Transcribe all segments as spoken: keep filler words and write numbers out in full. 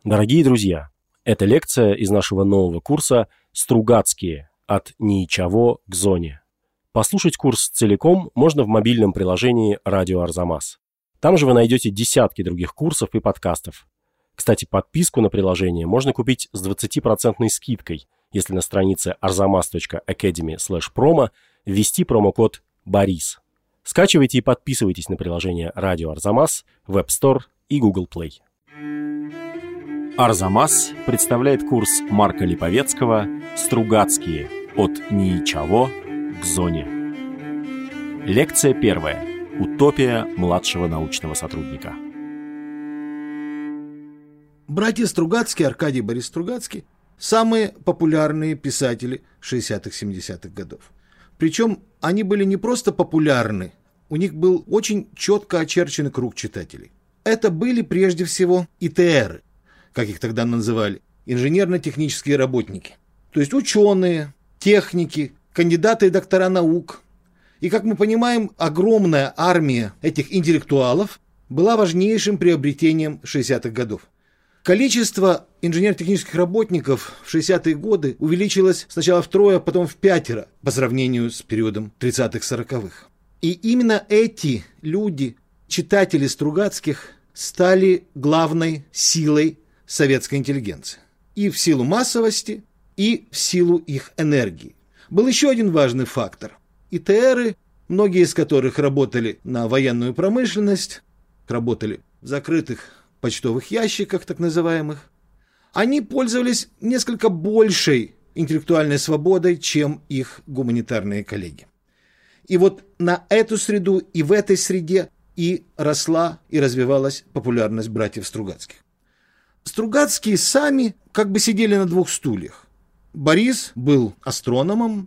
Дорогие друзья, это лекция из нашего нового курса «Стругацкие. От ничего к зоне». Послушать курс целиком можно в мобильном приложении «Радио Арзамас». Там же вы найдете десятки других курсов и подкастов. Кстати, подписку на приложение можно купить с двадцатипроцентной скидкой, если на странице arzamas точка academy слэш promo ввести промокод «Борис». Скачивайте и подписывайтесь на приложение «Радио Арзамас» в App Store и Google Play. Арзамас представляет курс Марка Липовецкого «Стругацкие. От ничего к зоне». Лекция первая. Утопия младшего научного сотрудника. Братья Стругацкие, Аркадий и Борис Стругацкий, самые популярные писатели шестидесятых-семидесятых годов. Причем они были не просто популярны, у них был очень четко очерченный круг читателей. Это были прежде всего и тэ эры, как их тогда называли, инженерно-технические работники. То есть ученые, техники, кандидаты и доктора наук. И, как мы понимаем, огромная армия этих интеллектуалов была важнейшим приобретением шестидесятых годов. Количество инженерно-технических работников в шестидесятые годы увеличилось сначала втрое, потом в пятеро по сравнению с периодом тридцатых-сороковых. И именно эти люди, читатели Стругацких, стали главной силой советской интеллигенции. И в силу массовости, и в силу их энергии. Был еще один важный фактор. И тэ эры, многие из которых работали на военную промышленность, работали в закрытых почтовых ящиках, так называемых, они пользовались несколько большей интеллектуальной свободой, чем их гуманитарные коллеги. И вот на эту среду и в этой среде и росла и развивалась популярность братьев Стругацких. Стругацкие сами как бы сидели на двух стульях. Борис был астрономом,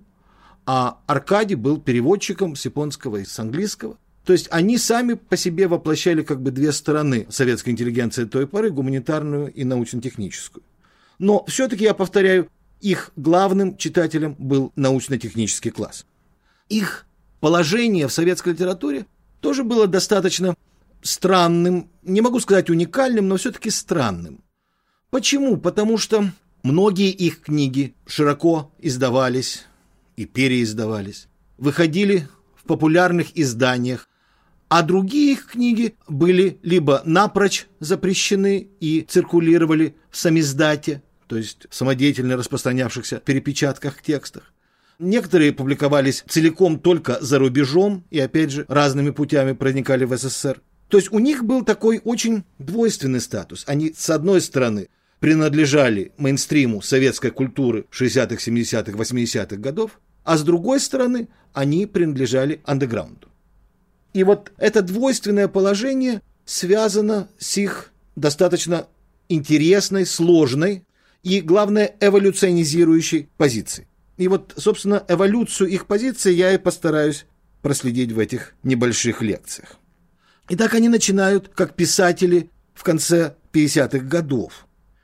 а Аркадий был переводчиком с японского и с английского. То есть они сами по себе воплощали как бы две стороны советской интеллигенции той поры, гуманитарную и научно-техническую. Но все-таки, я повторяю, их главным читателем был научно-технический класс. Их положение в советской литературе тоже было достаточно странным, не могу сказать уникальным, но все-таки странным. Почему? Потому что многие их книги широко издавались и переиздавались, выходили в популярных изданиях, а другие их книги были либо напрочь запрещены и циркулировали в самиздате, то есть в самодеятельно распространявшихся перепечатках текстах. Некоторые публиковались целиком только за рубежом и, опять же, разными путями проникали в эс эс эс эр. То есть у них был такой очень двойственный статус. Они, с одной стороны, принадлежали мейнстриму советской культуры шестидесятых, семидесятых, восьмидесятых годов, а с другой стороны, они принадлежали андеграунду. И вот это двойственное положение связано с их достаточно интересной, сложной и, главное, эволюционизирующей позицией. И вот, собственно, эволюцию их позиции я и постараюсь проследить в этих небольших лекциях. Итак, они начинают как писатели в конце пятидесятых годов.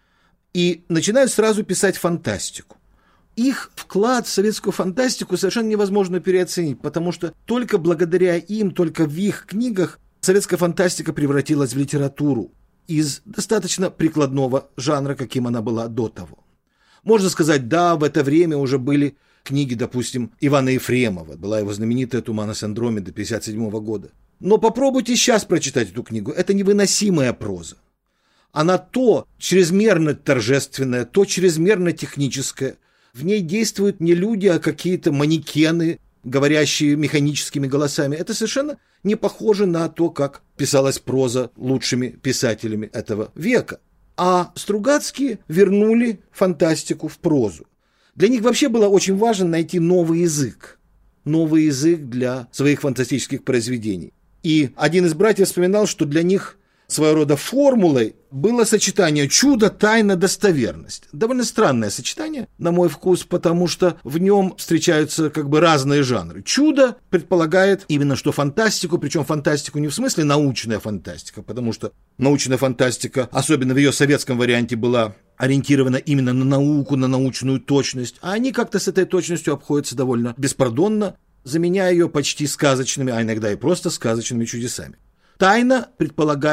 И начинают сразу писать фантастику. Их вклад в советскую фантастику совершенно невозможно переоценить, потому что только благодаря им, только в их книгах советская фантастика превратилась в литературу из достаточно прикладного жанра, каким она была до того. Можно сказать, да, в это время уже были книги, допустим, Ивана Ефремова, была его знаменитая «Туманность Андромеды» пятьдесят седьмого года. Но попробуйте сейчас прочитать эту книгу, это невыносимая проза. Она то чрезмерно торжественная, то чрезмерно техническая. В ней действуют не люди, а какие-то манекены, говорящие механическими голосами. Это совершенно не похоже на то, как писалась проза лучшими писателями этого века. А Стругацкие вернули фантастику в прозу. Для них вообще было очень важно найти новый язык. Новый язык для своих фантастических произведений. И один из братьев вспоминал, что для них своего рода формулой было сочетание чудо, тайна, достоверность. Довольно странное сочетание, на мой вкус, потому что в нем встречаются как бы разные жанры. Чудо предполагает именно что фантастику, причем фантастику не в смысле научная фантастика, потому что научная фантастика, особенно в ее советском варианте, была ориентирована именно на науку, на научную точность, а они как-то с этой точностью обходятся довольно беспардонно, заменяя ее почти сказочными, а иногда и просто сказочными чудесами. Тайна предполагает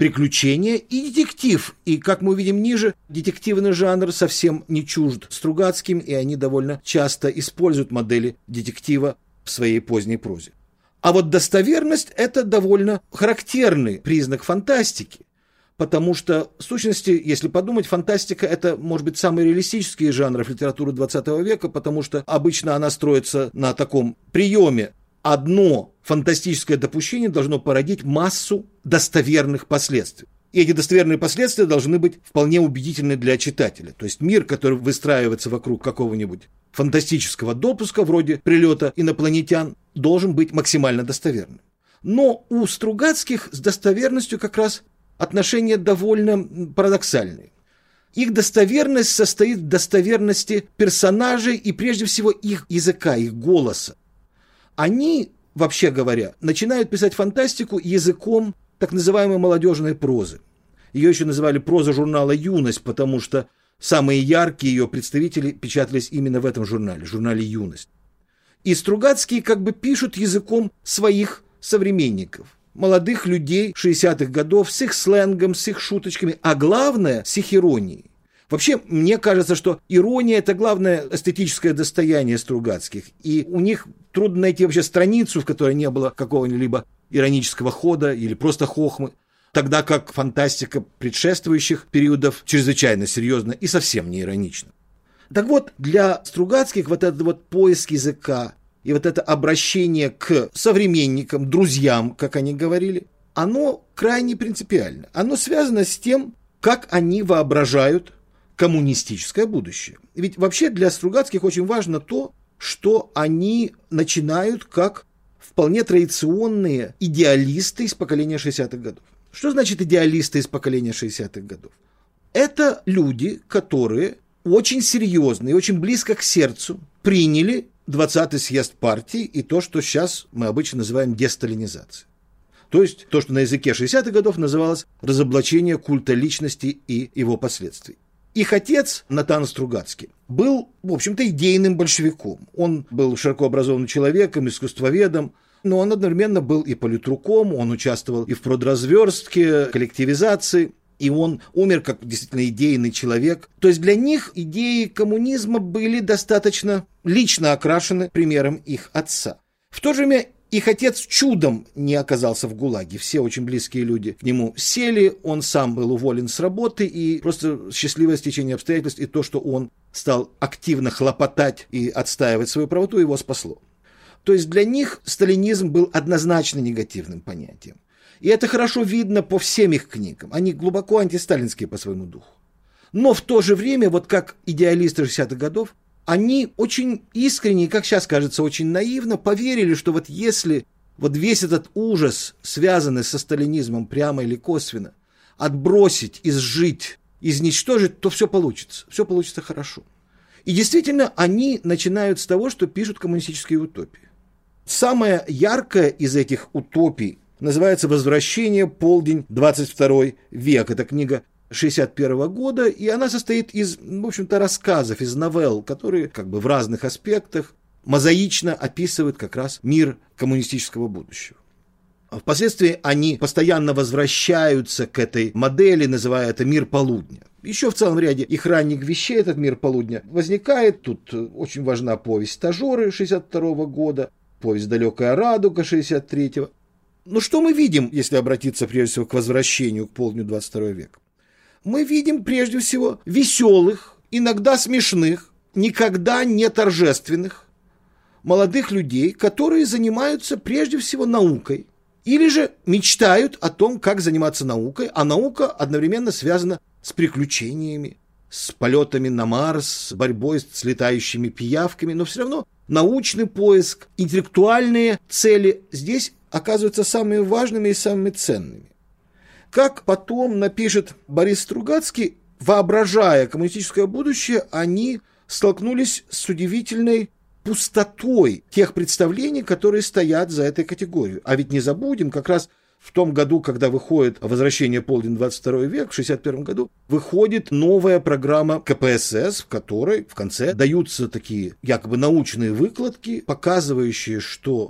приключения и детектив. И, как мы увидим ниже, детективный жанр совсем не чужд Стругацким, и они довольно часто используют модели детектива в своей поздней прозе. А вот достоверность – это довольно характерный признак фантастики, потому что, в сущности, если подумать, фантастика – это, может быть, самый реалистический жанр литературы двадцатого века, потому что обычно она строится на таком приеме. Одно фантастическое допущение должно породить массу достоверных последствий. И эти достоверные последствия должны быть вполне убедительны для читателя. То есть мир, который выстраивается вокруг какого-нибудь фантастического допуска, вроде прилета инопланетян, должен быть максимально достоверным. Но у Стругацких с достоверностью как раз отношения довольно парадоксальные. Их достоверность состоит в достоверности персонажей и, прежде всего, их языка, их голоса. Они, вообще говоря, начинают писать фантастику языком так называемой молодежной прозы. Ее еще называли проза журнала «Юность», потому что самые яркие ее представители печатались именно в этом журнале, журнале «Юность». И Стругацкие как бы пишут языком своих современников, молодых людей шестидесятых годов, с их сленгом, с их шуточками, а главное, с их иронией. Вообще, мне кажется, что ирония – это главное эстетическое достояние Стругацких. И у них трудно найти вообще страницу, в которой не было какого-либо иронического хода или просто хохмы, тогда как фантастика предшествующих периодов чрезвычайно серьезна и совсем не иронична. Так вот, для Стругацких вот этот вот поиск языка и вот это обращение к современникам, друзьям, как они говорили, оно крайне принципиально. Оно связано с тем, как они воображают коммунистическое будущее. Ведь вообще для Стругацких очень важно то, что они начинают как вполне традиционные идеалисты из поколения шестидесятых годов. Что значит идеалисты из поколения шестидесятых годов? Это люди, которые очень серьезно и очень близко к сердцу приняли двадцатый съезд партии и то, что сейчас мы обычно называем десталинизацией. То есть то, что на языке шестидесятых годов называлось разоблачение культа личности и его последствий. Их отец, Натан Стругацкий, был, в общем-то, идейным большевиком. Он был широко образованным человеком, искусствоведом, но он одновременно был и политруком, он участвовал и в продразверстке, коллективизации, и он умер как действительно идейный человек. То есть для них идеи коммунизма были достаточно лично окрашены примером их отца. В то же время их отец чудом не оказался в ГУЛАГе. Все очень близкие люди к нему сели, он сам был уволен с работы, и просто счастливое стечение обстоятельств и то, что он стал активно хлопотать и отстаивать свою правоту, его спасло. То есть для них сталинизм был однозначно негативным понятием. И это хорошо видно по всем их книгам. Они глубоко антисталинские по своему духу. Но в то же время, вот как идеалисты шестидесятых годов, они очень искренне, и, как сейчас кажется, очень наивно поверили, что вот если вот весь этот ужас, связанный со сталинизмом прямо или косвенно, отбросить, изжить, изничтожить, то все получится, все получится хорошо. И действительно, они начинают с того, что пишут коммунистические утопии. Самая яркая из этих утопий называется «Возвращение. Полдень. двадцать второй век». Это книга шестьдесят первого года, и она состоит из, в общем-то, рассказов, из новелл, которые как бы в разных аспектах мозаично описывают как раз мир коммунистического будущего. Впоследствии они постоянно возвращаются к этой модели, называя это «Мир полудня». Еще в целом ряде их ранних вещей этот «Мир полудня» возникает. Тут очень важна повесть «Стажеры» шестьдесят второго года, повесть «Далекая радуга» шестьдесят третьего. Но что мы видим, если обратиться прежде всего к возвращению к полдню двадцать второго века? Мы видим прежде всего веселых, иногда смешных, никогда не торжественных молодых людей, которые занимаются прежде всего наукой. Или же мечтают о том, как заниматься наукой, а наука одновременно связана с приключениями, с полетами на Марс, с борьбой с летающими пиявками, но все равно научный поиск, интеллектуальные цели здесь оказываются самыми важными и самыми ценными. Как потом напишет Борис Стругацкий, воображая коммунистическое будущее, они столкнулись с удивительной пустотой тех представлений, которые стоят за этой категорией. А ведь не забудем, как раз в том году, когда выходит «Возвращение. Полдень. двадцать второй век», в шестьдесят первом году, выходит новая программа ка пэ эс эс, в которой в конце даются такие якобы научные выкладки, показывающие, что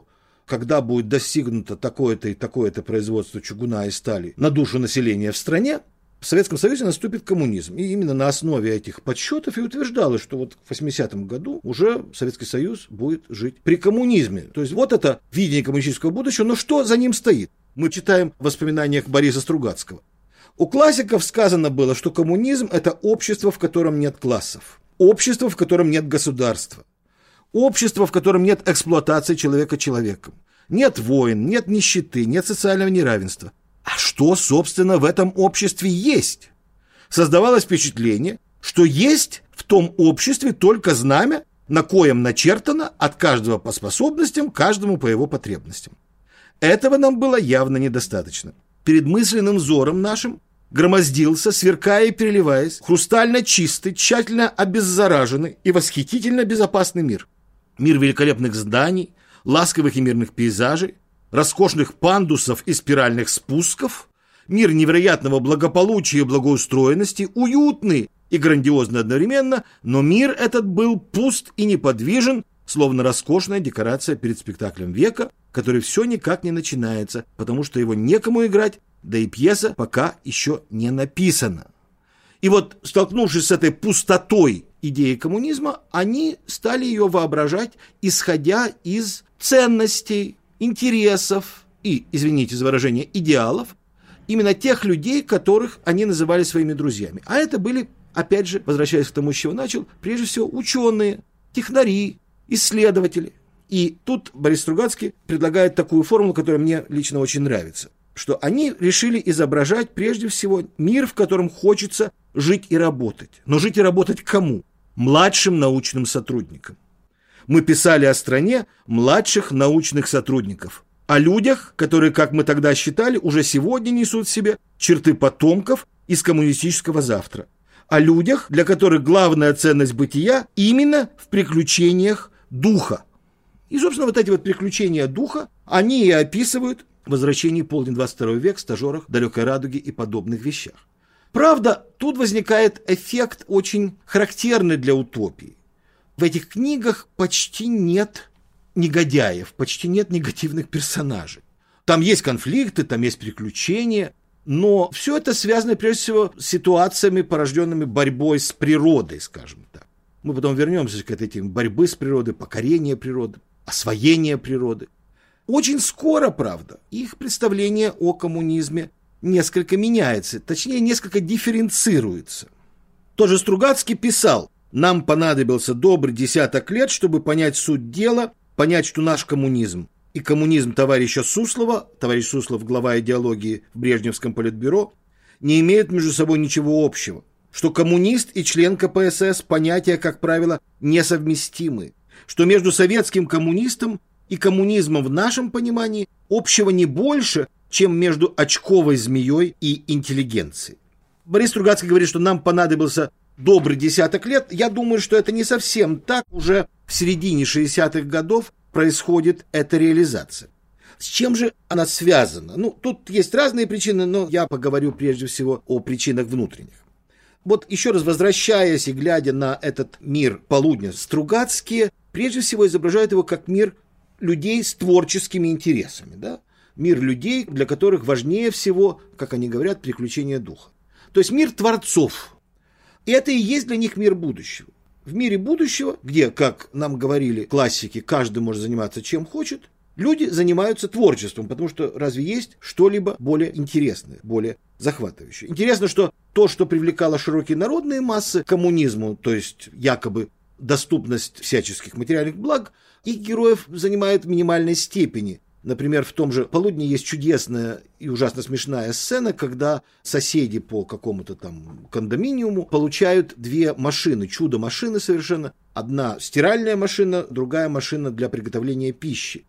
когда будет достигнуто такое-то и такое-то производство чугуна и стали на душу населения в стране, в Советском Союзе наступит коммунизм. И именно на основе этих подсчетов и утверждалось, что вот в восьмидесятом году уже Советский Союз будет жить при коммунизме. То есть вот это видение коммунистического будущего, но что за ним стоит? Мы читаем в воспоминаниях Бориса Стругацкого. У классиков сказано было, что коммунизм – это общество, в котором нет классов, общество, в котором нет государства, общество, в котором нет эксплуатации человека человеком, нет войн, нет нищеты, нет социального неравенства. А что, собственно, в этом обществе есть? Создавалось впечатление, что есть в том обществе только знамя, на коем начертано от каждого по способностям, каждому по его потребностям. Этого нам было явно недостаточно. Перед мысленным взором нашим громоздился, сверкая и переливаясь, хрустально чистый, тщательно обеззараженный и восхитительно безопасный мир. Мир великолепных зданий, ласковых и мирных пейзажей, роскошных пандусов и спиральных спусков, мир невероятного благополучия и благоустроенности, уютный и грандиозный одновременно, но мир этот был пуст и неподвижен, словно роскошная декорация перед спектаклем века, который все никак не начинается, потому что его некому играть, да и пьеса пока еще не написана. И вот, столкнувшись с этой пустотой идеи коммунизма, они стали ее воображать, исходя из ценностей, интересов и, извините за выражение, идеалов именно тех людей, которых они называли своими друзьями. А это были, опять же, возвращаясь к тому, с чего начал, прежде всего ученые, технари, исследователи. И тут Борис Стругацкий предлагает такую формулу, которая мне лично очень нравится, что они решили изображать прежде всего мир, в котором хочется жить и работать. Но жить и работать кому? Младшим научным сотрудникам. Мы писали о стране младших научных сотрудников, о людях, которые, как мы тогда считали, уже сегодня несут в себе черты потомков из коммунистического завтра, о людях, для которых главная ценность бытия именно в приключениях духа. И, собственно, вот эти вот приключения духа, они и описывают «Возвращение полдень двадцать второго века», «Стажерах», «Далекой радуги» и подобных вещах. Правда, тут возникает эффект очень характерный для утопии. В этих книгах почти нет негодяев, почти нет негативных персонажей. Там есть конфликты, там есть приключения, но все это связано прежде всего с ситуациями, порожденными борьбой с природой, скажем так. Мы потом вернемся к этой теме борьбы с природой, покорения природы, освоения природы. Очень скоро, правда, их представление о коммунизме несколько меняется, точнее, несколько дифференцируется. Тот же Стругацкий писал: «Нам понадобился добрый десяток лет, чтобы понять суть дела, понять, что наш коммунизм и коммунизм товарища Суслова, товарищ Суслов, глава идеологии в Брежневском политбюро, не имеют между собой ничего общего, что коммунист и член ка пэ эс эс понятия, как правило, несовместимы, что между советским коммунистом и коммунизмом в нашем понимании общего не больше, чем между очковой змеей и интеллигенцией». Борис Стругацкий говорит, что нам понадобился добрый десяток лет. Я думаю, что это не совсем так. Уже в середине шестидесятых годов происходит эта реализация. С чем же она связана? Ну, тут есть разные причины, но я поговорю прежде всего о причинах внутренних. Вот еще раз возвращаясь и глядя на этот мир полудня, Стругацкие прежде всего изображают его как мир людей с творческими интересами, да? Мир людей, для которых важнее всего, как они говорят, приключение духа. То есть мир творцов. И это и есть для них мир будущего. В мире будущего, где, как нам говорили классики, каждый может заниматься чем хочет, люди занимаются творчеством, потому что разве есть что-либо более интересное, более захватывающее? Интересно, что то, что привлекало широкие народные массы к коммунизму, то есть якобы доступность всяческих материальных благ, их героев занимает в минимальной степени. Например, в том же «Полудне» есть чудесная и ужасно смешная сцена, когда соседи по какому-то там кондоминиуму получают две машины, чудо-машины совершенно. Одна стиральная машина, другая машина для приготовления пищи.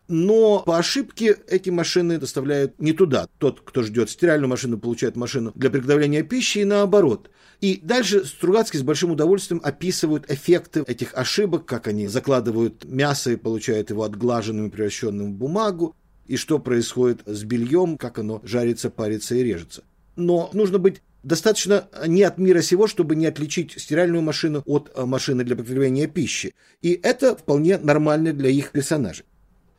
Но по ошибке эти машины доставляют не туда. Тот, кто ждет стиральную машину, получает машину для приготовления пищи и наоборот. И дальше Стругацкий с большим удовольствием описывает эффекты этих ошибок, как они закладывают мясо и получают его отглаженным и превращенным в бумагу, и что происходит с бельем, как оно жарится, парится и режется. Но нужно быть достаточно не от мира сего, чтобы не отличить стиральную машину от машины для приготовления пищи. И это вполне нормально для их персонажей.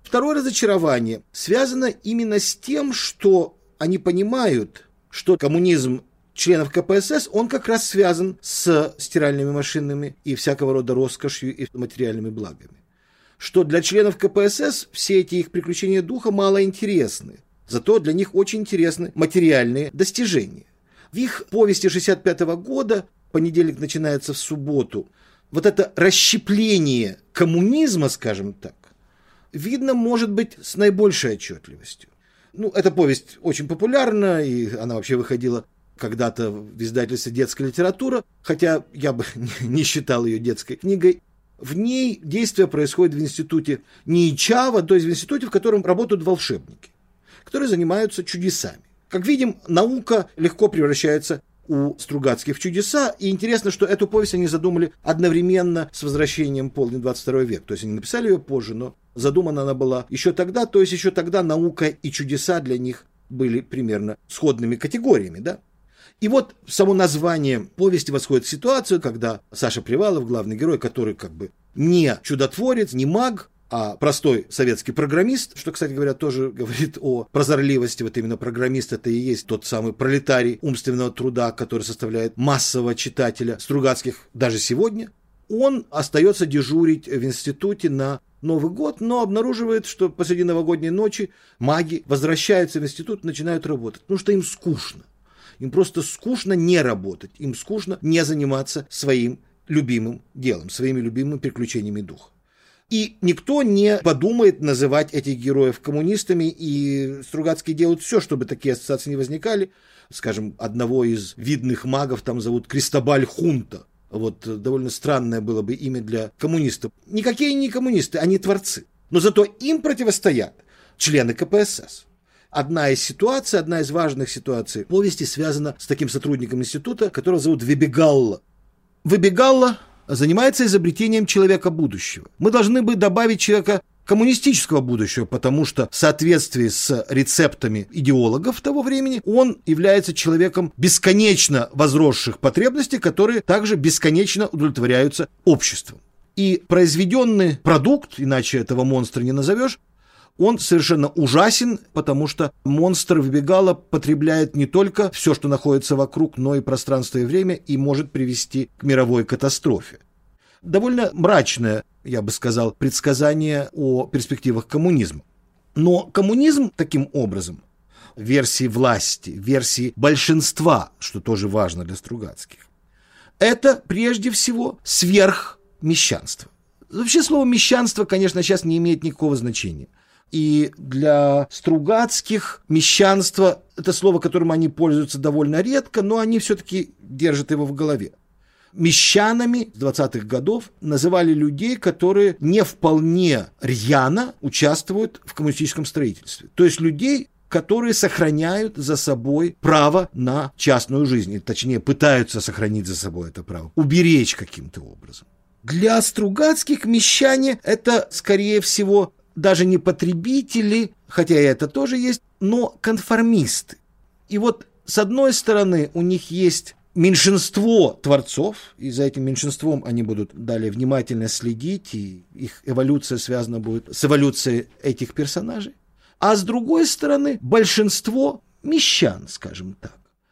Второе разочарование связано именно с тем, что они понимают, что коммунизм членов ка пэ эс эс, он как раз связан с стиральными машинами и всякого рода роскошью и материальными благами. Что для членов ка пэ эс эс все эти их приключения духа мало интересны. Зато для них очень интересны материальные достижения. В их повести шестьдесят пятого года, понедельник начинается в субботу, вот это расщепление коммунизма, скажем так, видно, может быть, с наибольшей отчетливостью. Ну, эта повесть очень популярна, и она вообще выходила когда-то в издательстве «Детская литература», хотя я бы не считал ее детской книгой. В ней действие происходит в институте Нейчава, то есть в институте, в котором работают волшебники, которые занимаются чудесами. Как видим, наука легко превращается у Стругацких в чудеса, и интересно, что эту повесть они задумали одновременно с возвращением полдня двадцать второго века. То есть они написали ее позже, но задумана она была еще тогда, то есть еще тогда наука и чудеса для них были примерно сходными категориями, да? И вот само название повести восходит в ситуацию, когда Саша Привалов, главный герой, который как бы не чудотворец, не маг, а простой советский программист, что, кстати говоря, тоже говорит о прозорливости. Вот именно программист — это и есть тот самый пролетарий умственного труда, который составляет массового читателя Стругацких даже сегодня. Он остается дежурить в институте на Новый год, но обнаруживает, что посреди новогодней ночи маги возвращаются в институт и начинают работать, потому что им скучно. Им просто скучно не работать, им скучно не заниматься своим любимым делом, своими любимыми приключениями духа. И никто не подумает называть этих героев коммунистами, и Стругацкие делают все, чтобы такие ассоциации не возникали. Скажем, одного из видных магов там зовут Кристобаль Хунта. Вот довольно странное было бы имя для коммунистов. Никакие не коммунисты, они творцы. Но зато им противостоят члены ка пэ эс эс. Одна из ситуаций, одна из важных ситуаций повести связана с таким сотрудником института, которого зовут Вебегалла. Вебегалла занимается изобретением человека будущего. Мы должны бы добавить человека коммунистического будущего, потому что в соответствии с рецептами идеологов того времени он является человеком бесконечно возросших потребностей, которые также бесконечно удовлетворяются обществом. И произведенный продукт, иначе этого монстра не назовешь, он совершенно ужасен, потому что монстр Вебегалла потребляет не только все, что находится вокруг, но и пространство и время, и может привести к мировой катастрофе. Довольно мрачное, я бы сказал, предсказание о перспективах коммунизма. Но коммунизм таким образом, версии власти, версии большинства, что тоже важно для Стругацких, это прежде всего сверхмещанство. Вообще слово «мещанство», конечно, сейчас не имеет никакого значения. И для Стругацких мещанство – это слово, которым они пользуются довольно редко, но они все-таки держат его в голове. Мещанами двадцатых годов называли людей, которые не вполне рьяно участвуют в коммунистическом строительстве. То есть людей, которые сохраняют за собой право на частную жизнь, точнее, пытаются сохранить за собой это право, уберечь каким-то образом. Для Стругацких мещане – это, скорее всего, даже не потребители, хотя и это тоже есть, но конформисты. И вот, с одной стороны, у них есть меньшинство творцов, и за этим меньшинством они будут далее внимательно следить, и их эволюция связана будет с эволюцией этих персонажей. А с другой стороны, большинство мещан, скажем так,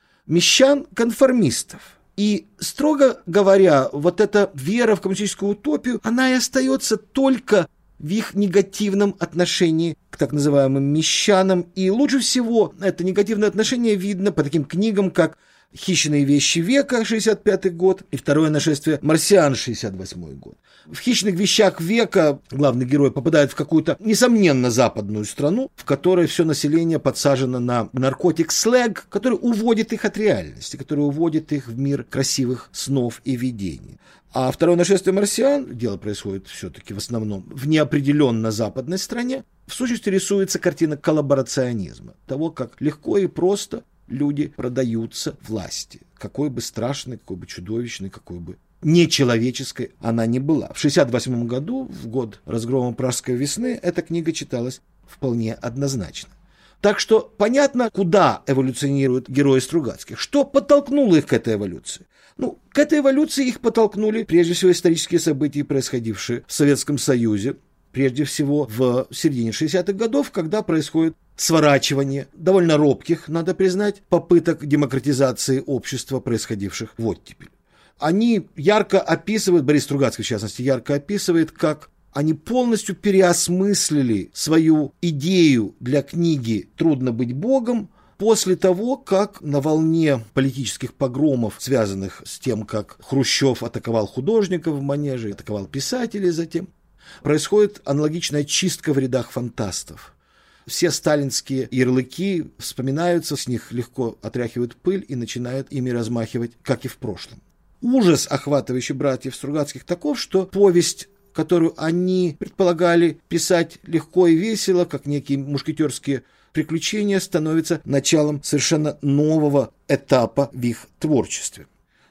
мещан-конформистов. И, строго говоря, вот эта вера в коммунистическую утопию, она и остается только в их негативном отношении к так называемым мещанам. И лучше всего это негативное отношение видно по таким книгам, как «Хищные вещи века» шестьдесят пятый год и «Второе нашествие марсиан» шестьдесят восьмой год. В «Хищных вещах века» главный герой попадает в какую-то, несомненно, западную страну, в которой все население подсажено на наркотик слэг, который уводит их от реальности, который уводит их в мир красивых снов и видений. А «Второе нашествие марсиан», дело происходит все-таки в основном в неопределенно западной стране, в сущности рисуется картина коллаборационизма, того, как легко и просто люди продаются власти, какой бы страшной, какой бы чудовищной, какой бы нечеловеческой она ни была. В шестьдесят восьмом году, в год разгрома Пражской весны, эта книга читалась вполне однозначно. Так что понятно, куда эволюционируют герои Стругацких, что подтолкнуло их к этой эволюции. Ну, к этой эволюции их подтолкнули прежде всего исторические события, происходившие в Советском Союзе. прежде всего в середине шестидесятых годов, когда происходит сворачивание довольно робких, надо признать, попыток демократизации общества, происходивших в оттепель. Они ярко описывают, Борис Стругацкий в частности, ярко описывает, как они полностью переосмыслили свою идею для книги «Трудно быть Богом» после того, как на волне политических погромов, связанных с тем, как Хрущев атаковал художников в Манеже, атаковал писателей затем, происходит аналогичная чистка в рядах фантастов. Все сталинские ярлыки вспоминаются, с них легко отряхивают пыль и начинают ими размахивать, как и в прошлом. Ужас, охватывающий братьев Стругацких, таков, что повесть, которую они предполагали писать легко и весело, как некие мушкетерские приключения, становится началом совершенно нового этапа в их творчестве.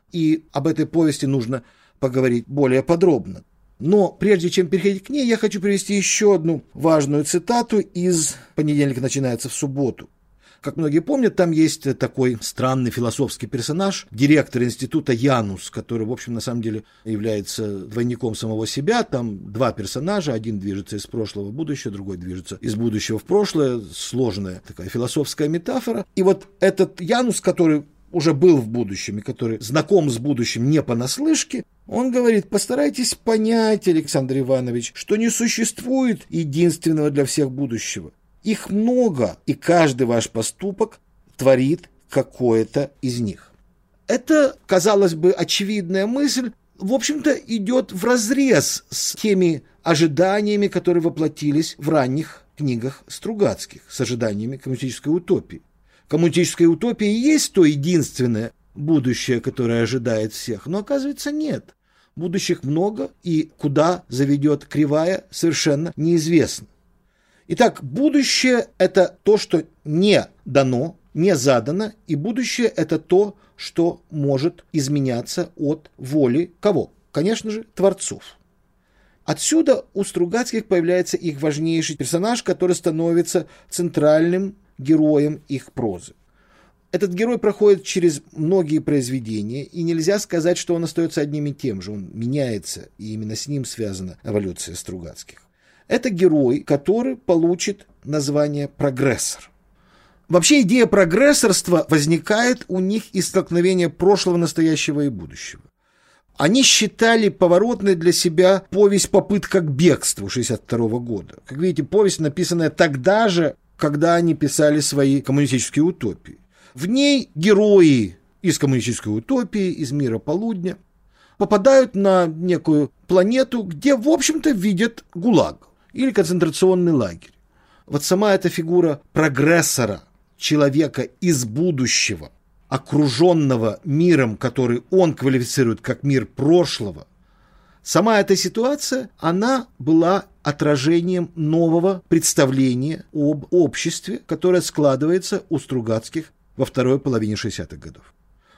И об этой повести нужно поговорить более подробно. Но прежде чем переходить к ней, я хочу привести еще одну важную цитату из «Понедельник начинается в субботу». Как многие помнят, там есть такой странный философский персонаж, директор института Янус, который, в общем, на самом деле является двойником самого себя. Там два персонажа, один движется из прошлого в будущее, другой движется из будущего в прошлое. Сложная такая философская метафора. И вот этот Янус, который уже был в будущем и который знаком с будущим не понаслышке, он говорит: постарайтесь понять, Александр Иванович, что не существует единственного для всех будущего. Их много, и каждый ваш поступок творит какое-то из них. Это, казалось бы, очевидная мысль, в общем-то, идет вразрез с теми ожиданиями, которые воплотились в ранних книгах Стругацких, с ожиданиями коммунистической утопии. Коммунистическая утопия и есть то единственное будущее, которое ожидает всех, но, оказывается, нет. Будущих много, и куда заведет кривая, совершенно неизвестно. Итак, будущее – это то, что не дано, не задано, и будущее – это то, что может изменяться от воли кого? Конечно же, творцов. Отсюда у Стругацких появляется их важнейший персонаж, который становится центральным героем их прозы. Этот герой проходит через многие произведения, и нельзя сказать, что он остается одним и тем же, он меняется, и именно с ним связана эволюция Стругацких. Это герой, который получит название «прогрессор». Вообще идея прогрессорства возникает у них из столкновения прошлого, настоящего и будущего. Они считали поворотной для себя повесть «Попытка к бегству» шестьдесят второго года. Как видите, повесть, написанная тогда же, когда они писали свои коммунистические утопии. В ней герои из коммунистической утопии, из мира полудня, попадают на некую планету, где, в общем-то, видят ГУЛАГ или концентрационный лагерь. Вот сама эта фигура прогрессора, человека из будущего, окруженного миром, который он квалифицирует как мир прошлого, сама эта ситуация, она была отражением нового представления об обществе, которое складывается у Стругацких во второй половине шестидесятых годов.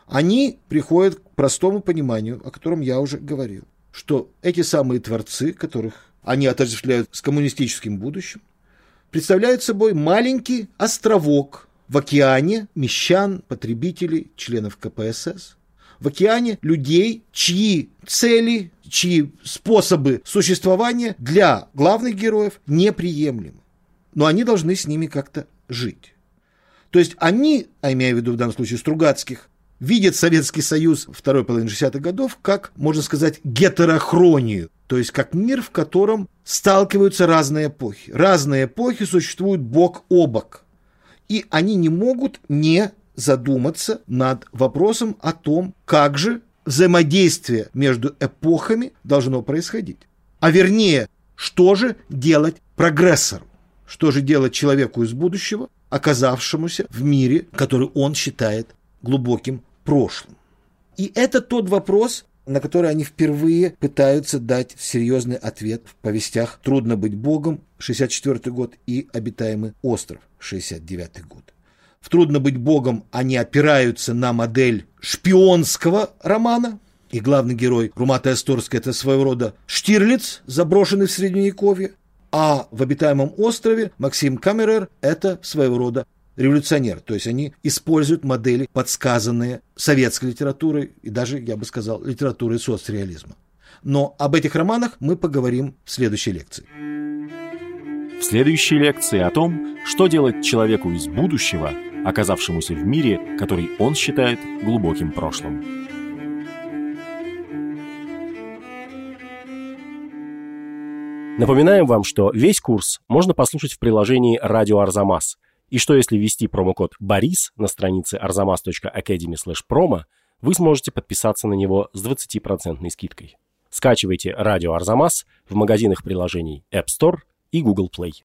Они приходят к простому пониманию, о котором я уже говорил, что эти самые творцы, которых они отождествляют с коммунистическим будущим, представляют собой маленький островок в океане мещан, потребителей, членов ка пэ эс эс, в океане людей, чьи цели, чьи способы существования для главных героев неприемлемы. Но они должны с ними как-то жить. То есть они, а имея в виду в данном случае Стругацких, видят Советский Союз второй половины шестидесятых годов как, можно сказать, гетерохронию, то есть как мир, в котором сталкиваются разные эпохи. Разные эпохи существуют бок о бок, и они не могут не задуматься над вопросом о том, как же взаимодействие между эпохами должно происходить. А вернее, что же делать прогрессору, что же делать человеку из будущего, оказавшемуся в мире, который он считает глубоким прошлым. И это тот вопрос, на который они впервые пытаются дать серьезный ответ в повестях «Трудно быть Богом» шестьдесят четвёртый год и «Обитаемый остров» шестьдесят девятый год. В «Трудно быть Богом» они опираются на модель шпионского романа, и главный герой Румата Эсторской – это своего рода Штирлиц, заброшенный в Средневековье, а в «Обитаемом острове» Максим Камерер – это своего рода революционер. То есть они используют модели, подсказанные советской литературой и даже, я бы сказал, литературой соцреализма. Но об этих романах мы поговорим в следующей лекции. В следующей лекции о том, что делать человеку из будущего, оказавшемуся в мире, который он считает глубоким прошлым. Напоминаем вам, что весь курс можно послушать в приложении «Радио Арзамас», и что если ввести промокод «Борис» на странице arzamas точка academy слэш promo, вы сможете подписаться на него с двадцатипроцентной скидкой. Скачивайте «Радио Арзамас» в магазинах приложений App Store и Google Play.